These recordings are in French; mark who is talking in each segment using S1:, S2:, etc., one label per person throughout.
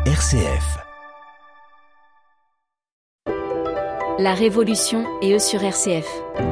S1: RCF.
S2: La Révolution et eux sur RCF.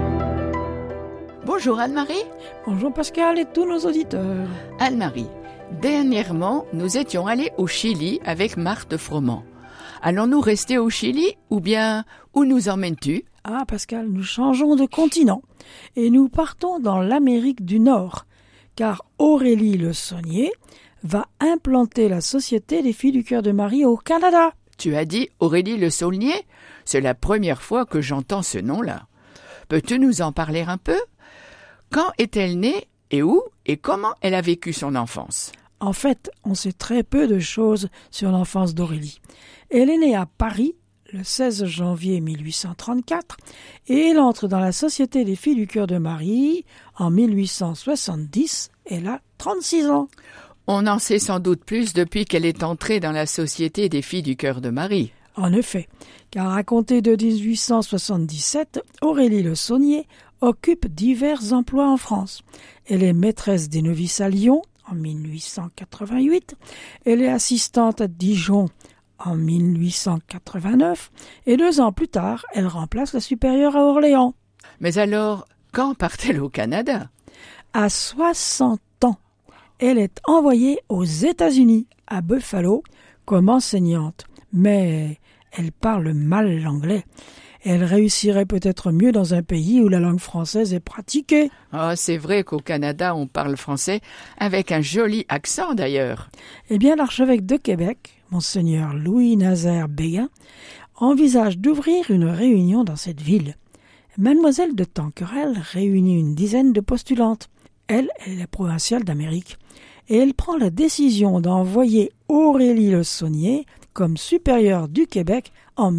S3: Bonjour Anne-Marie.
S4: Bonjour Pascal et tous nos auditeurs.
S3: Anne-Marie, dernièrement, nous étions allés au Chili avec Marthe Froment. Allons-nous rester au Chili ou bien où nous emmènes-tu ?
S4: Ah Pascal, nous changeons de continent et nous partons dans l'Amérique du Nord, car Aurélie Le Saulnier va implanter la Société des Filles du Cœur de Marie au Canada.
S3: Tu as dit Aurélie Le Saulnier ? C'est la première fois que j'entends ce nom-là. Peux-tu nous en parler un peu ? Quand est-elle née et où et comment elle a vécu son enfance ?
S4: En fait, on sait très peu de choses sur l'enfance d'Aurélie. Elle est née à Paris le 16 janvier 1834 et elle entre dans la Société des Filles du Cœur de Marie en 1870. Elle a 36 ans.
S3: On en sait sans doute plus depuis qu'elle est entrée dans la Société des Filles du Cœur de Marie.
S4: En effet, car à compter de 1877, Aurélie Le Saulnier occupe divers emplois en France. Elle est maîtresse des novices à Lyon en 1888, elle est assistante à Dijon en 1889 et 2 ans plus tard, elle remplace la supérieure à Orléans.
S3: Mais alors, quand part-elle au Canada ?
S4: À 60 ans, elle est envoyée aux États-Unis, à Buffalo, comme enseignante. Mais elle parle mal l'anglais. Elle réussirait peut-être mieux dans un pays où la langue française est pratiquée.
S3: Oh, c'est vrai qu'au Canada, on parle français avec un joli accent d'ailleurs.
S4: Eh bien, l'archevêque de Québec, Monseigneur Louis-Nazaire Béguin, envisage d'ouvrir une réunion dans cette ville. Mademoiselle de Tanquerel réunit une dizaine de postulantes. Elle est la provinciale d'Amérique. Et elle prend la décision d'envoyer Aurélie Le Saulnier comme supérieure du Québec en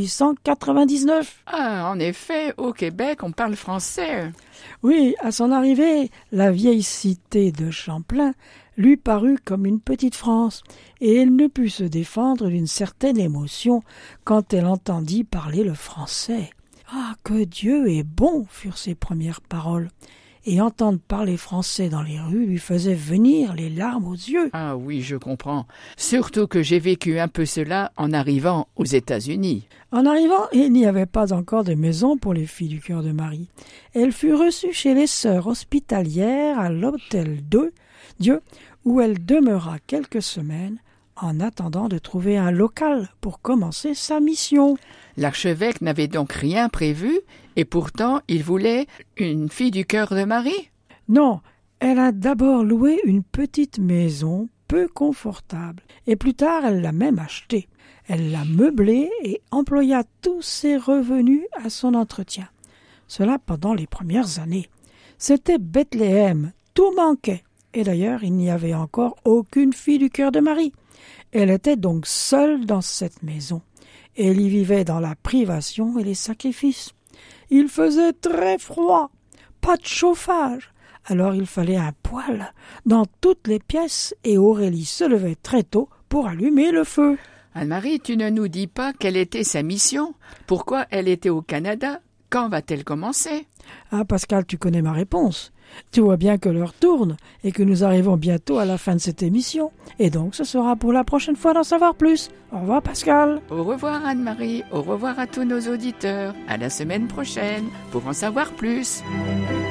S4: 1899.
S3: Ah, en effet, au Québec, on parle français.
S4: Oui, à son arrivée, la vieille cité de Champlain lui parut comme une petite France, et elle ne put se défendre d'une certaine émotion quand elle entendit parler le français. « Ah, que Dieu est bon !» furent ses premières paroles. Et entendre parler français dans les rues lui faisait venir les larmes aux yeux.
S3: Ah oui, je comprends. Surtout que j'ai vécu un peu cela en arrivant aux États-Unis.
S4: En arrivant, il n'y avait pas encore de maison pour les filles du Cœur de Marie. Elle fut reçue chez les sœurs hospitalières à l'Hôtel Dieu, où elle demeura quelques semaines en attendant de trouver un local pour commencer sa mission.
S3: L'archevêque n'avait donc rien prévu et pourtant il voulait une fille du Cœur de Marie ?
S4: Non, elle a d'abord loué une petite maison peu confortable et plus tard elle l'a même achetée. Elle l'a meublée et employa tous ses revenus à son entretien. Cela pendant les premières années. C'était Bethléem, tout manquait. Et d'ailleurs, il n'y avait encore aucune fille du Cœur de Marie. Elle était donc seule dans cette maison. Elle y vivait dans la privation et les sacrifices. Il faisait très froid, pas de chauffage. Alors il fallait un poêle dans toutes les pièces et Aurélie se levait très tôt pour allumer le feu.
S3: Anne-Marie, tu ne nous dis pas quelle était sa mission ? Pourquoi elle était au Canada ? Quand va-t-elle commencer ?
S4: Ah Pascal, tu connais ma réponse. Tu vois bien que l'heure tourne et que nous arrivons bientôt à la fin de cette émission. Et donc ce sera pour la prochaine fois d'en savoir plus. Au revoir Pascal.
S3: Au revoir Anne-Marie, au revoir à tous nos auditeurs. À la semaine prochaine pour en savoir plus.